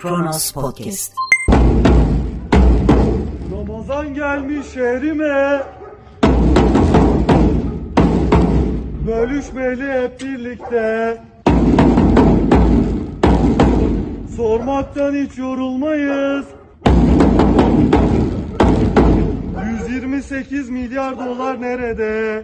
Kronos Podcast. Ramazan gelmiş şehrime, bölüşmeli hep birlikte. Sormaktan hiç yorulmayız. 128 milyar dolar nerede?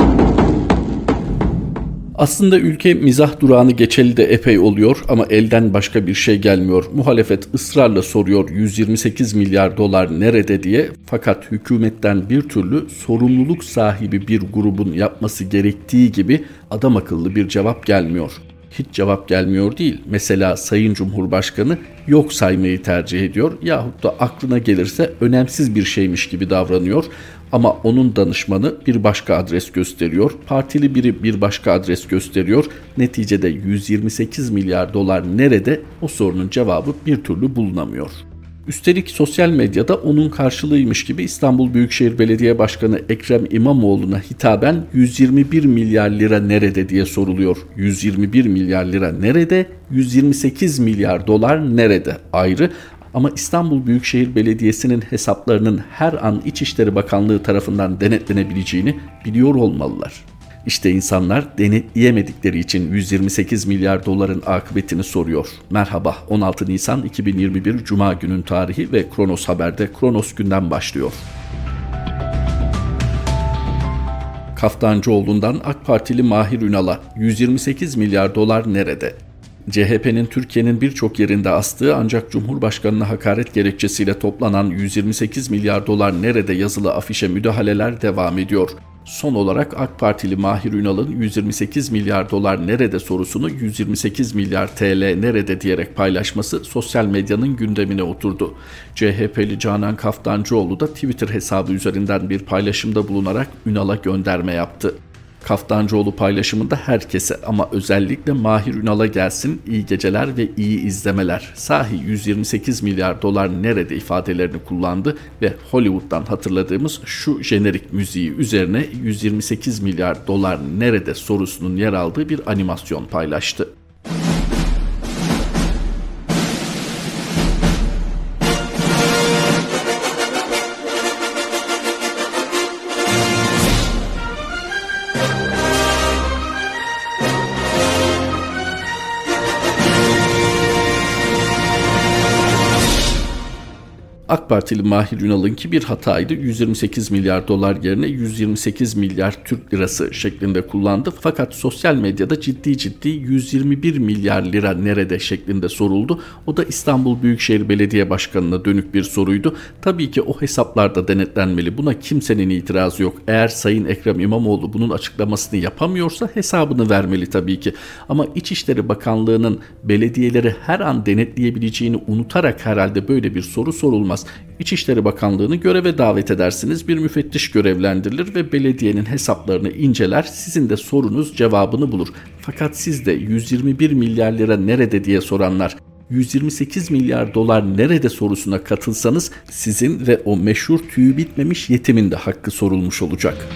Aslında ülke mizah durağını geçeli de epey oluyor ama elden başka bir şey gelmiyor. Muhalefet ısrarla soruyor 128 milyar dolar nerede diye, fakat hükümetten bir türlü sorumluluk sahibi bir grubun yapması gerektiği gibi adam akıllı bir cevap gelmiyor. Hiç cevap gelmiyor değil. Mesela Sayın Cumhurbaşkanı yok saymayı tercih ediyor yahut da aklına gelirse önemsiz bir şeymiş gibi davranıyor. Ama onun danışmanı bir başka adres gösteriyor, partili biri bir başka adres gösteriyor. Neticede 128 milyar dolar nerede, o sorunun cevabı bir türlü bulunamıyor. Üstelik sosyal medyada onun karşılığıymış gibi İstanbul Büyükşehir Belediye Başkanı Ekrem İmamoğlu'na hitaben 121 milyar lira nerede diye soruluyor. 121 milyar lira nerede, 128 milyar dolar nerede ayrı. Ama İstanbul Büyükşehir Belediyesi'nin hesaplarının her an İçişleri Bakanlığı tarafından denetlenebileceğini biliyor olmalılar. İşte insanlar denetleyemedikleri için 128 milyar doların akıbetini soruyor. Merhaba, 16 Nisan 2021 Cuma günün tarihi ve Kronos Haber'de Kronos günden başlıyor. Kaftancıoğlu'ndan AK Partili Mahir Ünal'a 128 milyar dolar nerede? CHP'nin Türkiye'nin birçok yerinde astığı ancak Cumhurbaşkanı'na hakaret gerekçesiyle toplanan 128 milyar dolar nerede yazılı afişe müdahaleler devam ediyor. Son olarak AK Partili Mahir Ünal'ın 128 milyar dolar nerede sorusunu 128 milyar TL nerede diyerek paylaşması sosyal medyanın gündemine oturdu. CHP'li Canan Kaftancıoğlu da Twitter hesabı üzerinden bir paylaşımda bulunarak Ünal'a gönderme yaptı. Kaftancıoğlu paylaşımında herkese ama özellikle Mahir Ünal'a gelsin iyi geceler ve iyi izlemeler. Sahi 128 milyar dolar nerede ifadelerini kullandı ve Hollywood'dan hatırladığımız şu jenerik müziği üzerine 128 milyar dolar nerede sorusunun yer aldığı bir animasyon paylaştı. AK Partili Mahir Ünal'ınki bir hataydı. 128 milyar dolar yerine 128 milyar Türk lirası şeklinde kullandı. Fakat sosyal medyada ciddi 121 milyar lira nerede şeklinde soruldu. O da İstanbul Büyükşehir Belediye Başkanı'na dönük bir soruydu. Tabii ki o hesaplar da denetlenmeli. Buna kimsenin itirazı yok. Eğer Sayın Ekrem İmamoğlu bunun açıklamasını yapamıyorsa hesabını vermeli tabii ki. Ama İçişleri Bakanlığı'nın belediyeleri her an denetleyebileceğini unutarak herhalde böyle bir soru sorulmaz. İçişleri Bakanlığı'nı göreve davet edersiniz, bir müfettiş görevlendirilir ve belediyenin hesaplarını inceler, sizin de sorunuz cevabını bulur. Fakat siz de 121 milyar lira nerede diye soranlar, 128 milyar dolar nerede sorusuna katılsanız sizin ve o meşhur tüyü bitmemiş yetimin de hakkı sorulmuş olacak.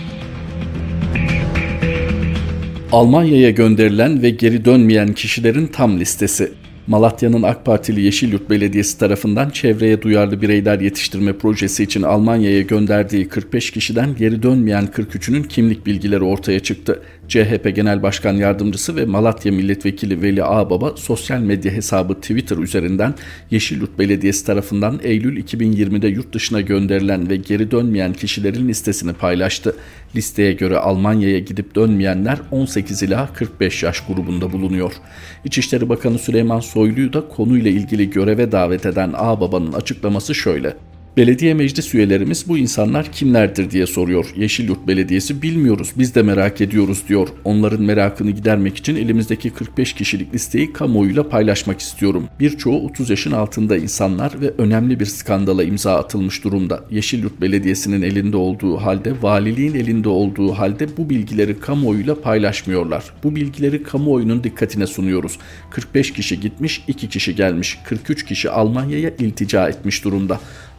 Almanya'ya gönderilen ve geri dönmeyen kişilerin tam listesi. Malatya'nın AK Partili Yeşilyurt Belediyesi tarafından çevreye duyarlı bireyler yetiştirme projesi için Almanya'ya gönderdiği 45 kişiden geri dönmeyen 43'ünün kimlik bilgileri ortaya çıktı. CHP Genel Başkan Yardımcısı ve Malatya Milletvekili Veli Ağbaba sosyal medya hesabı Twitter üzerinden Yeşilyurt Belediyesi tarafından Eylül 2020'de yurt dışına gönderilen ve geri dönmeyen kişilerin listesini paylaştı. Listeye göre Almanya'ya gidip dönmeyenler 18 ila 45 yaş grubunda bulunuyor. İçişleri Bakanı Süleyman Soylu'yu da konuyla ilgili göreve davet eden Ağbaba'nın açıklaması şöyle. Belediye meclis üyelerimiz bu insanlar kimlerdir diye soruyor. Yeşilyurt Belediyesi bilmiyoruz, biz de merak ediyoruz diyor. Onların merakını gidermek için elimizdeki 45 kişilik listeyi kamuoyuyla paylaşmak istiyorum. Birçoğu 30 yaşın altında insanlar ve önemli bir skandala imza atılmış durumda. Yeşilyurt Belediyesi'nin elinde olduğu halde, valiliğin elinde olduğu halde bu bilgileri kamuoyuyla paylaşmıyorlar. Bu bilgileri kamuoyunun dikkatine sunuyoruz. 45 kişi gitmiş, 2 kişi gelmiş. 43 kişi Almanya'ya iltica etmiş durumda.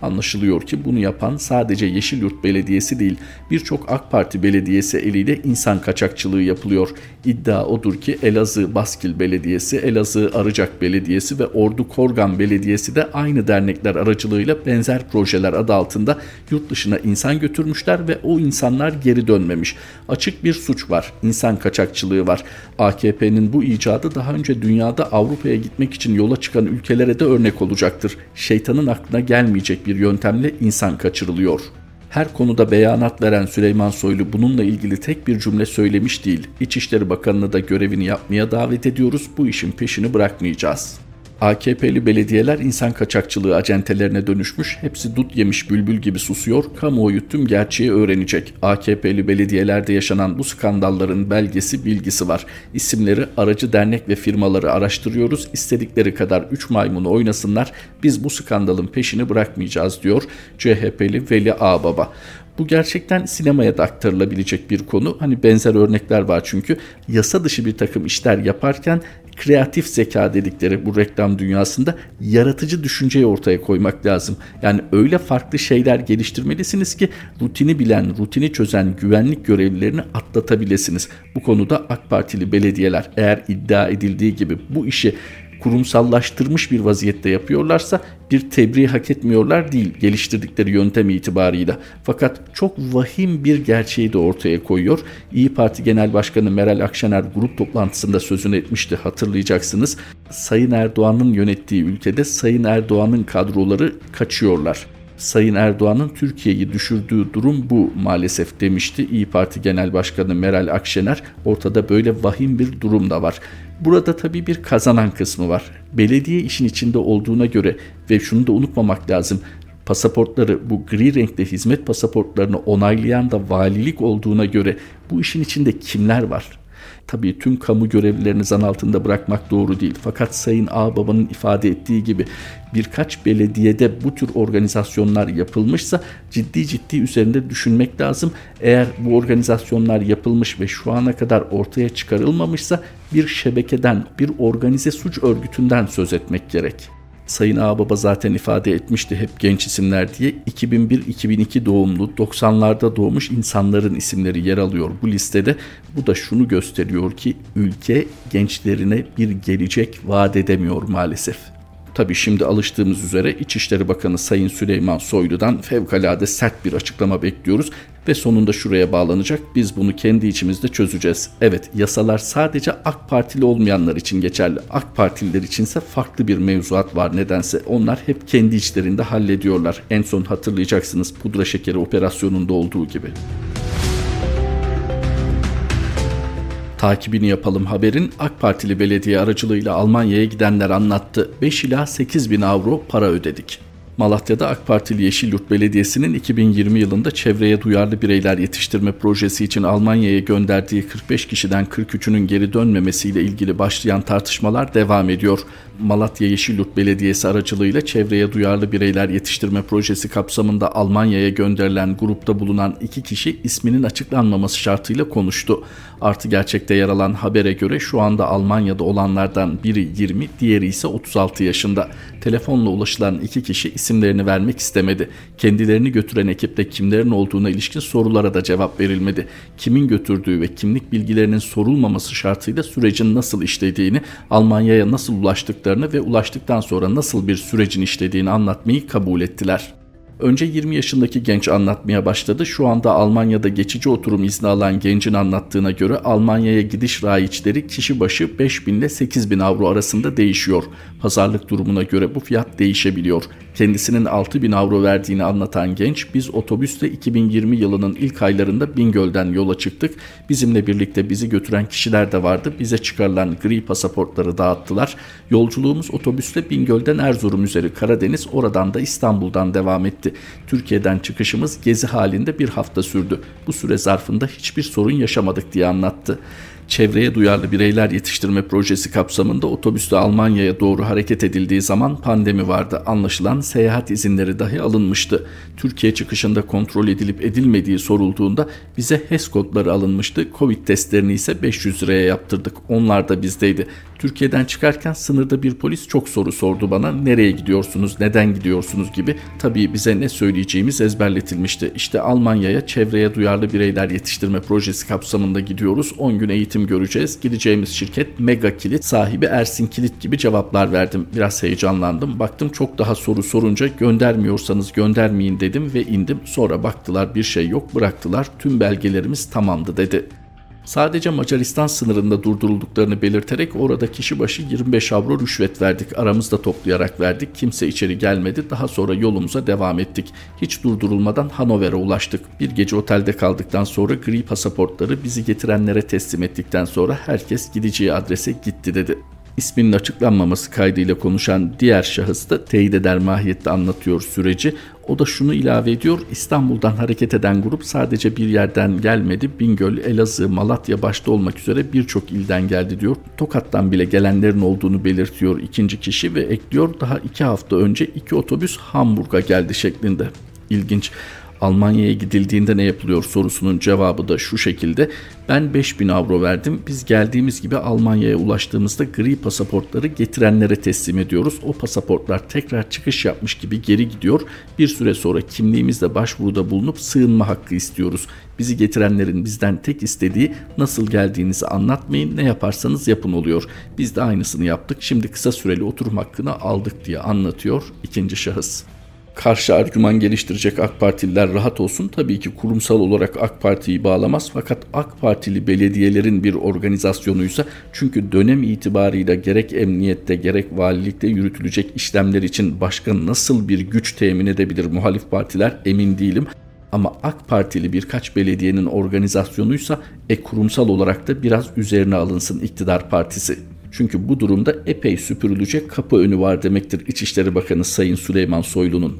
Anlaşılıyor ki bunu yapan sadece Yeşilyurt Belediyesi değil, birçok AK Parti belediyesi eliyle insan kaçakçılığı yapılıyor. İddia odur ki Elazığ Baskil Belediyesi, Elazığ Arıcak Belediyesi ve Ordu Korgan Belediyesi de aynı dernekler aracılığıyla benzer projeler adı altında yurt dışına insan götürmüşler ve o insanlar geri dönmemiş. Açık bir suç var, insan kaçakçılığı var. AKP'nin bu icadı daha önce dünyada Avrupa'ya gitmek için yola çıkan ülkelere de örnek olacaktır. Şeytanın aklına gelmeyecek bir yöntemle insan kaçırılıyor. Her konuda beyanat veren Süleyman Soylu bununla ilgili tek bir cümle söylemiş değil. İçişleri Bakanı'nı da görevini yapmaya davet ediyoruz, bu işin peşini bırakmayacağız. AKP'li belediyeler insan kaçakçılığı acentelerine dönüşmüş, hepsi dut yemiş bülbül gibi susuyor, kamuoyu tüm gerçeği öğrenecek. AKP'li belediyelerde yaşanan bu skandalların belgesi bilgisi var. İsimleri, aracı dernek ve firmaları araştırıyoruz, istedikleri kadar 3 maymunu oynasınlar, biz bu skandalın peşini bırakmayacağız diyor CHP'li Veli Ağbaba. Bu gerçekten sinemaya da aktarılabilecek bir konu. Hani benzer örnekler var çünkü. Yasa dışı bir takım işler yaparken kreatif zeka dedikleri bu reklam dünyasında yaratıcı düşünceyi ortaya koymak lazım. Yani öyle farklı şeyler geliştirmelisiniz ki rutini bilen, rutini çözen güvenlik görevlilerini atlatabilirsiniz. Bu konuda AK Partili belediyeler eğer iddia edildiği gibi bu işi kurumsallaştırmış bir vaziyette yapıyorlarsa bir tebriği hak etmiyorlar değil geliştirdikleri yöntem itibarıyla. Fakat çok vahim bir gerçeği de ortaya koyuyor. İYİ Parti Genel Başkanı Meral Akşener grup toplantısında sözünü etmişti, hatırlayacaksınız. Sayın Erdoğan'ın yönettiği ülkede Sayın Erdoğan'ın kadroları kaçıyorlar. Sayın Erdoğan'ın Türkiye'yi düşürdüğü durum bu maalesef demişti İYİ Parti Genel Başkanı Meral Akşener. Ortada böyle vahim bir durum da var. Burada tabii bir kazanan kısmı var. Belediye işin içinde olduğuna göre ve şunu da unutmamak lazım. Pasaportları, bu gri renkli hizmet pasaportlarını onaylayan da valilik olduğuna göre bu işin içinde kimler var? Tabii tüm kamu görevlilerini zan altında bırakmak doğru değil. Fakat Sayın Ağbaba'nın ifade ettiği gibi birkaç belediyede bu tür organizasyonlar yapılmışsa ciddi üzerinde düşünmek lazım. Eğer bu organizasyonlar yapılmış ve şu ana kadar ortaya çıkarılmamışsa bir şebekeden, bir organize suç örgütünden söz etmek gerek. Sayın Ağbaba zaten ifade etmişti hep genç isimler diye. 2001-2002 doğumlu, 90'larda doğmuş insanların isimleri yer alıyor bu listede. Bu da şunu gösteriyor ki ülke gençlerine bir gelecek vaat edemiyor maalesef. Tabii şimdi alıştığımız üzere İçişleri Bakanı Sayın Süleyman Soylu'dan fevkalade sert bir açıklama bekliyoruz ve sonunda şuraya bağlanacak. Biz bunu kendi içimizde çözeceğiz. Evet, yasalar sadece AK Partili olmayanlar için geçerli. AK Partililer içinse farklı bir mevzuat var nedense. Onlar hep kendi içlerinde hallediyorlar. En son hatırlayacaksınız pudra şekeri operasyonunda olduğu gibi. Takibini yapalım haberin. AK Partili belediye aracılığıyla Almanya'ya gidenler anlattı. 5 ila 8 bin avro para ödedik. Malatya'da AK Partili Yeşilyurt Belediyesi'nin 2020 yılında çevreye duyarlı bireyler yetiştirme projesi için Almanya'ya gönderdiği 45 kişiden 43'ünün geri dönmemesiyle ilgili başlayan tartışmalar devam ediyor. Malatya Yeşilyurt Belediyesi aracılığıyla çevreye duyarlı bireyler yetiştirme projesi kapsamında Almanya'ya gönderilen grupta bulunan 2 kişi isminin açıklanmaması şartıyla konuştu. Artı Gerçek'te yer alan habere göre şu anda Almanya'da olanlardan biri 20, diğeri ise 36 yaşında. Telefonla ulaşılan 2 kişi isimlerini vermek istemedi. Kendilerini götüren ekipte kimlerin olduğuna ilişkin sorulara da cevap verilmedi. Kimin götürdüğü ve kimlik bilgilerinin sorulmaması şartıyla sürecin nasıl işlediğini, Almanya'ya nasıl ulaştıklarını ve ulaştıktan sonra nasıl bir sürecin işlediğini anlatmayı kabul ettiler. Önce 20 yaşındaki genç anlatmaya başladı. Şu anda Almanya'da geçici oturum izni alan gencin anlattığına göre Almanya'ya gidiş raiçleri kişi başı 5.000 ile 8.000 avro arasında değişiyor. Pazarlık durumuna göre bu fiyat değişebiliyor. Kendisinin 6.000 avro verdiğini anlatan genç, biz otobüsle 2020 yılının ilk aylarında Bingöl'den yola çıktık. Bizimle birlikte bizi götüren kişiler de vardı. Bize çıkarılan gri pasaportları dağıttılar. Yolculuğumuz otobüsle Bingöl'den Erzurum üzeri Karadeniz, oradan da İstanbul'dan devam etti. Türkiye'den çıkışımız gezi halinde bir hafta sürdü. Bu süre zarfında hiçbir sorun yaşamadık diye anlattı. Çevreye duyarlı bireyler yetiştirme projesi kapsamında otobüste Almanya'ya doğru hareket edildiği zaman pandemi vardı. Anlaşılan seyahat izinleri dahi alınmıştı. Türkiye çıkışında kontrol edilip edilmediği sorulduğunda bize HES kodları alınmıştı. Covid testlerini ise 500 liraya yaptırdık. Onlar da bizdeydi. Türkiye'den çıkarken sınırda bir polis çok soru sordu bana. Nereye gidiyorsunuz, neden gidiyorsunuz gibi. Tabii bize ne söyleyeceğimiz ezberletilmişti. İşte Almanya'ya çevreye duyarlı bireyler yetiştirme projesi kapsamında gidiyoruz. 10 gün eğitim göreceğiz. Gideceğimiz şirket Mega Kilit, sahibi Ersin Kilit gibi cevaplar verdim. Biraz heyecanlandım. Baktım çok daha soru sorunca göndermiyorsanız göndermeyin dedim ve indim. Sonra baktılar bir şey yok, bıraktılar. Tüm belgelerimiz tamamdı dedi. Sadece Macaristan sınırında durdurulduklarını belirterek orada kişi başı 25 avro rüşvet verdik. Aramızda toplayarak verdik. Kimse içeri gelmedi. Daha sonra yolumuza devam ettik. Hiç durdurulmadan Hanover'e ulaştık. Bir gece otelde kaldıktan sonra gri pasaportları bizi getirenlere teslim ettikten sonra herkes gideceği adrese gitti dedi. İsminin açıklanmaması kaydıyla konuşan diğer şahıs da teyit eder mahiyette anlatıyor süreci. O da şunu ilave ediyor: İstanbul'dan hareket eden grup sadece bir yerden gelmedi. Bingöl, Elazığ, Malatya başta olmak üzere birçok ilden geldi diyor. Tokat'tan bile gelenlerin olduğunu belirtiyor ikinci kişi ve ekliyor daha 2 hafta önce 2 otobüs Hamburg'a geldi şeklinde. İlginç. Almanya'ya gidildiğinde ne yapılıyor sorusunun cevabı da şu şekilde: ben 5.000 avro verdim. Biz geldiğimiz gibi Almanya'ya ulaştığımızda gri pasaportları getirenlere teslim ediyoruz. O pasaportlar tekrar çıkış yapmış gibi geri gidiyor. Bir süre sonra kimliğimizle başvuruda bulunup sığınma hakkı istiyoruz. Bizi getirenlerin bizden tek istediği nasıl geldiğinizi anlatmayın, ne yaparsanız yapın oluyor. Biz de aynısını yaptık. Şimdi kısa süreli oturum hakkını aldık diye anlatıyor ikinci şahıs. Karşı argüman geliştirecek AK Partililer rahat olsun. Tabii ki kurumsal olarak AK Parti'yi bağlamaz, fakat AK Partili belediyelerin bir organizasyonuysa, çünkü dönem itibarıyla gerek emniyette gerek valilikte yürütülecek işlemler için başka nasıl bir güç temin edebilir muhalif partiler emin değilim. Ama AK Partili birkaç belediyenin organizasyonuysa kurumsal olarak da biraz üzerine alınsın iktidar partisi. Çünkü bu durumda epey süpürülecek kapı önü var demektir İçişleri Bakanı Sayın Süleyman Soylu'nun.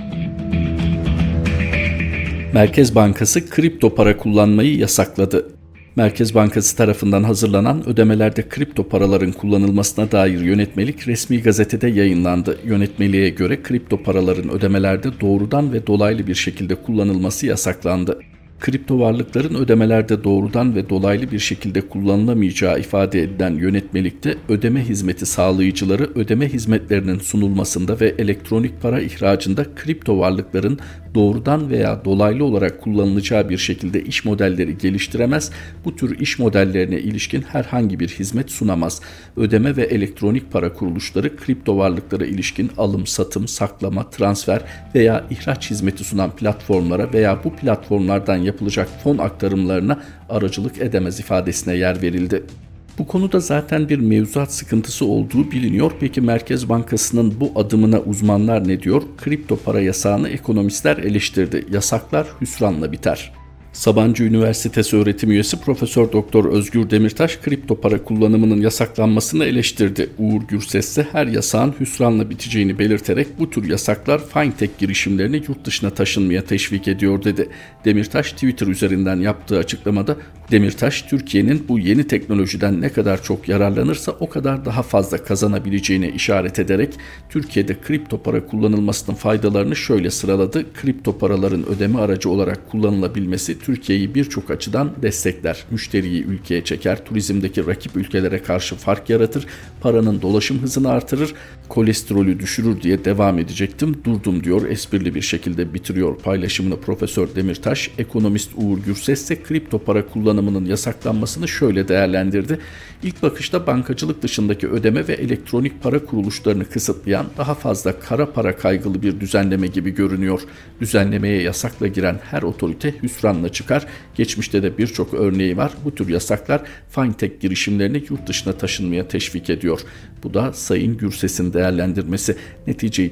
Merkez Bankası kripto para kullanmayı yasakladı. Merkez Bankası tarafından hazırlanan ödemelerde kripto paraların kullanılmasına dair yönetmelik resmi gazetede yayınlandı. Yönetmeliğe göre kripto paraların ödemelerde doğrudan ve dolaylı bir şekilde kullanılması yasaklandı. Kripto varlıkların ödemelerde doğrudan ve dolaylı bir şekilde kullanılamayacağı ifade edilen yönetmelikte ödeme hizmeti sağlayıcıları ödeme hizmetlerinin sunulmasında ve elektronik para ihracında kripto varlıkların doğrudan veya dolaylı olarak kullanılacağı bir şekilde iş modelleri geliştiremez, bu tür iş modellerine ilişkin herhangi bir hizmet sunamaz. Ödeme ve elektronik para kuruluşları kripto varlıklara ilişkin alım, satım, saklama, transfer veya ihraç hizmeti sunan platformlara veya bu platformlardan yapılacak fon aktarımlarına aracılık edemez ifadesine yer verildi. Bu konuda zaten bir mevzuat sıkıntısı olduğu biliniyor. Peki Merkez Bankası'nın bu adımına uzmanlar ne diyor? Kripto para yasağını ekonomistler eleştirdi. Yasaklar hüsranla biter. Sabancı Üniversitesi öğretim üyesi Profesör Doktor Özgür Demirtaş kripto para kullanımının yasaklanmasını eleştirdi. Uğur Gürses ise her yasağın hüsranla biteceğini belirterek bu tür yasaklar fintech girişimlerini yurt dışına taşınmaya teşvik ediyor dedi. Demirtaş Twitter üzerinden yaptığı açıklamada Demirtaş, Türkiye'nin bu yeni teknolojiden ne kadar çok yararlanırsa o kadar daha fazla kazanabileceğine işaret ederek Türkiye'de kripto para kullanılmasının faydalarını şöyle sıraladı. Kripto paraların ödeme aracı olarak kullanılabilmesi Türkiye'yi birçok açıdan destekler. Müşteriyi ülkeye çeker, turizmdeki rakip ülkelere karşı fark yaratır, paranın dolaşım hızını artırır, kolesterolü düşürür diye devam edecektim. Durdum diyor, esprili bir şekilde bitiriyor paylaşımını Profesör Demirtaş. Ekonomist Uğur Gürses ise kripto para kullanımının yasaklanmasını şöyle değerlendirdi. İlk bakışta bankacılık dışındaki ödeme ve elektronik para kuruluşlarını kısıtlayan daha fazla kara para kaygılı bir düzenleme gibi görünüyor. Düzenlemeye yasakla giren her otorite hüsranla çıkar. Geçmişte de birçok örneği var. Bu tür yasaklar fintech girişimlerini yurt dışına taşınmaya teşvik ediyor. Bu da Sayın Gürses'in değerlendirmesi. Netice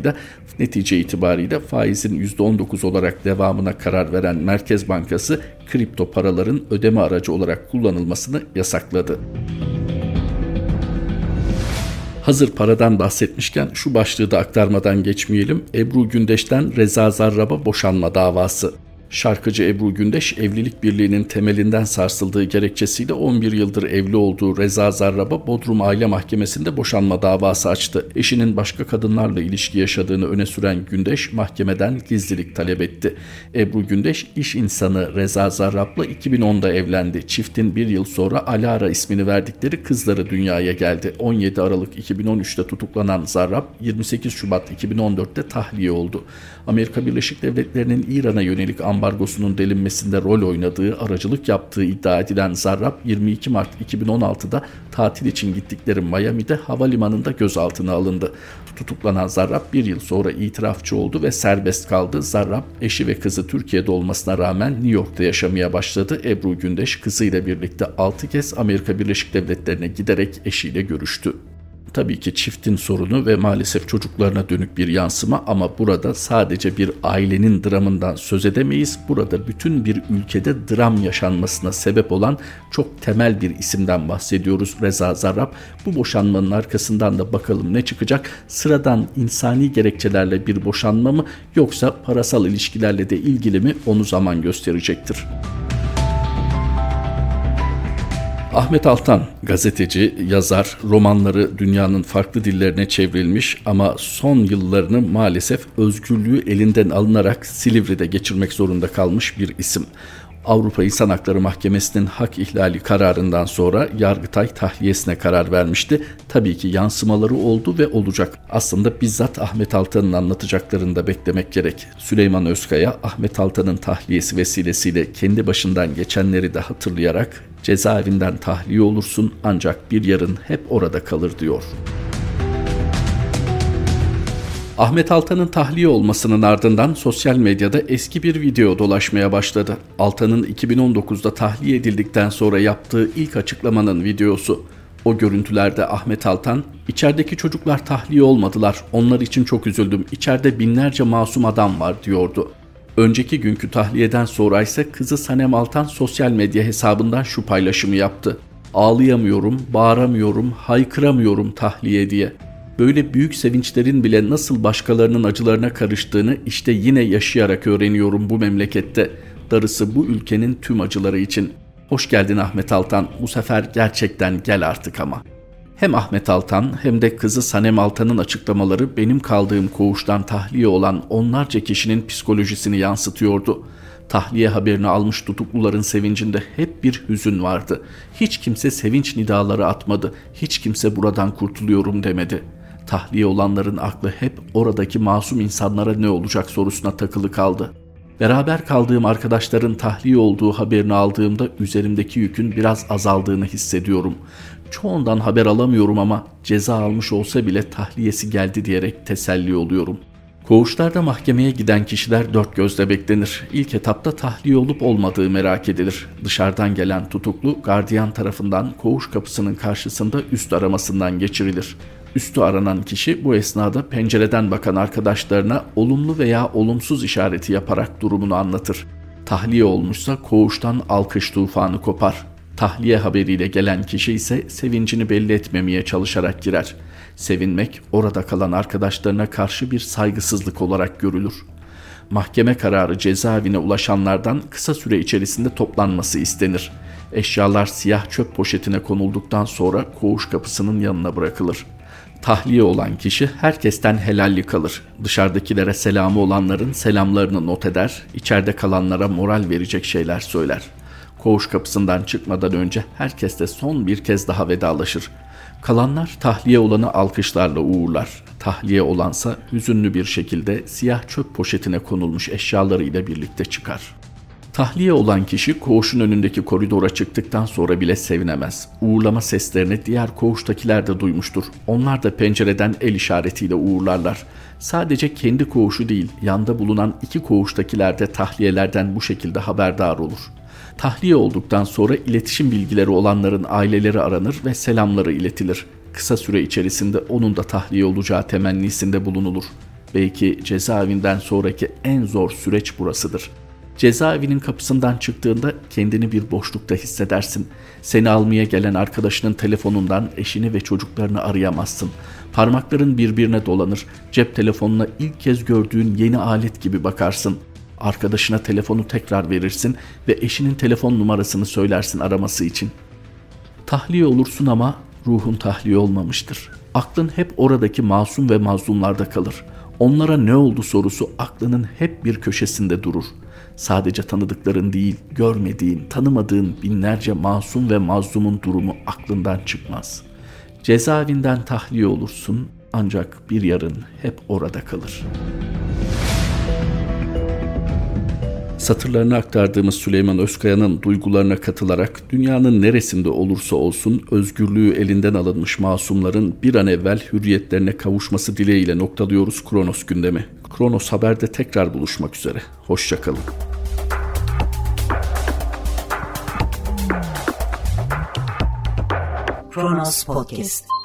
itibariyle faizin %19 olarak devamına karar veren Merkez Bankası kripto paraların ödeme aracı olarak kullanılmasını yasakladı. Hazır paradan bahsetmişken şu başlığı da aktarmadan geçmeyelim. Ebru Gündeş'ten Reza Zarrab'a boşanma davası. Şarkıcı Ebru Gündeş, evlilik birliğinin temelinden sarsıldığı gerekçesiyle 11 yıldır evli olduğu Reza Zarrab'a Bodrum Aile Mahkemesi'nde boşanma davası açtı. Eşinin başka kadınlarla ilişki yaşadığını öne süren Gündeş, mahkemeden gizlilik talep etti. Ebru Gündeş, iş insanı Reza Zarrab'la 2010'da evlendi. Çiftin bir yıl sonra Alara ismini verdikleri kızları dünyaya geldi. 17 Aralık 2013'te tutuklanan Zarrab, 28 Şubat 2014'te tahliye oldu. Amerika Birleşik Devletleri'nin İran'a yönelik ambargosunun delinmesinde rol oynadığı, aracılık yaptığı iddia edilen Zarrab, 22 Mart 2016'da tatil için gittikleri Miami'de havalimanında gözaltına alındı. Tutuklanan Zarrab bir yıl sonra itirafçı oldu ve serbest kaldı. Zarrab, eşi ve kızı Türkiye'de olmasına rağmen New York'ta yaşamaya başladı. Ebru Gündeş kızıyla birlikte 6 kez Amerika Birleşik Devletleri'ne giderek eşiyle görüştü. Tabii ki çiftin sorunu ve maalesef çocuklarına dönük bir yansıma, ama burada sadece bir ailenin dramından söz edemeyiz. Burada bütün bir ülkede dram yaşanmasına sebep olan çok temel bir isimden bahsediyoruz, Reza Zarrab. Bu boşanmanın arkasından da bakalım ne çıkacak? Sıradan insani gerekçelerle bir boşanma mı, yoksa parasal ilişkilerle de ilgili mi, onu zaman gösterecektir. Ahmet Altan, gazeteci, yazar, romanları dünyanın farklı dillerine çevrilmiş ama son yıllarını maalesef özgürlüğü elinden alınarak Silivri'de geçirmek zorunda kalmış bir isim. Avrupa İnsan Hakları Mahkemesi'nin hak ihlali kararından sonra Yargıtay tahliyesine karar vermişti. Tabii ki yansımaları oldu ve olacak. Aslında bizzat Ahmet Altan'ın anlatacaklarını da beklemek gerek. Süleyman Özkaya, Ahmet Altan'ın tahliyesi vesilesiyle kendi başından geçenleri de hatırlayarak cezaevinden tahliye olursun ancak bir yarın hep orada kalır diyor. Ahmet Altan'ın tahliye olmasının ardından sosyal medyada eski bir video dolaşmaya başladı. Altan'ın 2019'da tahliye edildikten sonra yaptığı ilk açıklamanın videosu. O görüntülerde Ahmet Altan, "İçerideki çocuklar tahliye olmadılar. Onlar için çok üzüldüm. İçeride binlerce masum adam var," diyordu. Önceki günkü tahliyeden sonra ise kızı Sanem Altan sosyal medya hesabından şu paylaşımı yaptı. "Ağlayamıyorum, bağıramıyorum, haykıramıyorum tahliye diye. Böyle büyük sevinçlerin bile nasıl başkalarının acılarına karıştığını işte yine yaşayarak öğreniyorum bu memlekette. Darısı bu ülkenin tüm acıları için. Hoş geldin Ahmet Altan, bu sefer gerçekten gel artık ama." Hem Ahmet Altan hem de kızı Sanem Altan'ın açıklamaları benim kaldığım koğuştan tahliye olan onlarca kişinin psikolojisini yansıtıyordu. Tahliye haberini almış tutukluların sevincinde hep bir hüzün vardı. Hiç kimse sevinç nidaları atmadı. Hiç kimse buradan kurtuluyorum demedi. Tahliye olanların aklı hep oradaki masum insanlara ne olacak sorusuna takılı kaldı. Beraber kaldığım arkadaşların tahliye olduğu haberini aldığımda üzerimdeki yükün biraz azaldığını hissediyorum. Çoğundan haber alamıyorum ama ceza almış olsa bile tahliyesi geldi diyerek teselli oluyorum. Koğuşlarda mahkemeye giden kişiler dört gözle beklenir. İlk etapta tahliye olup olmadığı merak edilir. Dışarıdan gelen tutuklu gardiyan tarafından koğuş kapısının karşısında üst aramasından geçirilir. Üstü aranan kişi bu esnada pencereden bakan arkadaşlarına olumlu veya olumsuz işareti yaparak durumunu anlatır. Tahliye olmuşsa koğuştan alkış tufanı kopar. Tahliye haberiyle gelen kişi ise sevincini belli etmemeye çalışarak girer. Sevinmek orada kalan arkadaşlarına karşı bir saygısızlık olarak görülür. Mahkeme kararı cezaevine ulaşanlardan kısa süre içerisinde toplanması istenir. Eşyalar siyah çöp poşetine konulduktan sonra koğuş kapısının yanına bırakılır. Tahliye olan kişi herkesten helalli kalır. Dışarıdakilere selamı olanların selamlarını not eder, içeride kalanlara moral verecek şeyler söyler. Koğuş kapısından çıkmadan önce herkes de son bir kez daha vedalaşır. Kalanlar tahliye olanı alkışlarla uğurlar. Tahliye olansa hüzünlü bir şekilde siyah çöp poşetine konulmuş eşyalarıyla birlikte çıkar. Tahliye olan kişi koğuşun önündeki koridora çıktıktan sonra bile sevinemez. Uğurlama seslerini diğer koğuştakiler de duymuştur. Onlar da pencereden el işaretiyle uğurlarlar. Sadece kendi koğuşu değil, yanda bulunan iki koğuştakiler de tahliyelerden bu şekilde haberdar olur. Tahliye olduktan sonra iletişim bilgileri olanların aileleri aranır ve selamları iletilir. Kısa süre içerisinde onun da tahliye olacağı temennisinde bulunulur. Belki cezaevinden sonraki en zor süreç burasıdır. Cezaevinin kapısından çıktığında kendini bir boşlukta hissedersin. Seni almaya gelen arkadaşının telefonundan eşini ve çocuklarını arayamazsın. Parmakların birbirine dolanır. Cep telefonuna ilk kez gördüğün yeni alet gibi bakarsın. Arkadaşına telefonu tekrar verirsin ve eşinin telefon numarasını söylersin araması için. Tahliye olursun ama ruhun tahliye olmamıştır. Aklın hep oradaki masum ve mazlumlarda kalır. Onlara ne oldu sorusu aklının hep bir köşesinde durur. Sadece tanıdıkların değil, görmediğin, tanımadığın binlerce masum ve mazlumun durumu aklından çıkmaz. Cezaevinden tahliye olursun ancak bir yarın hep orada kalır. Satırlarını aktardığımız Süleyman Özkaya'nın duygularına katılarak dünyanın neresinde olursa olsun özgürlüğü elinden alınmış masumların bir an evvel hürriyetlerine kavuşması dileğiyle noktalıyoruz Kronos gündemi. Kronos Haber'de tekrar buluşmak üzere. Hoşça kalın. Kronos Podcast.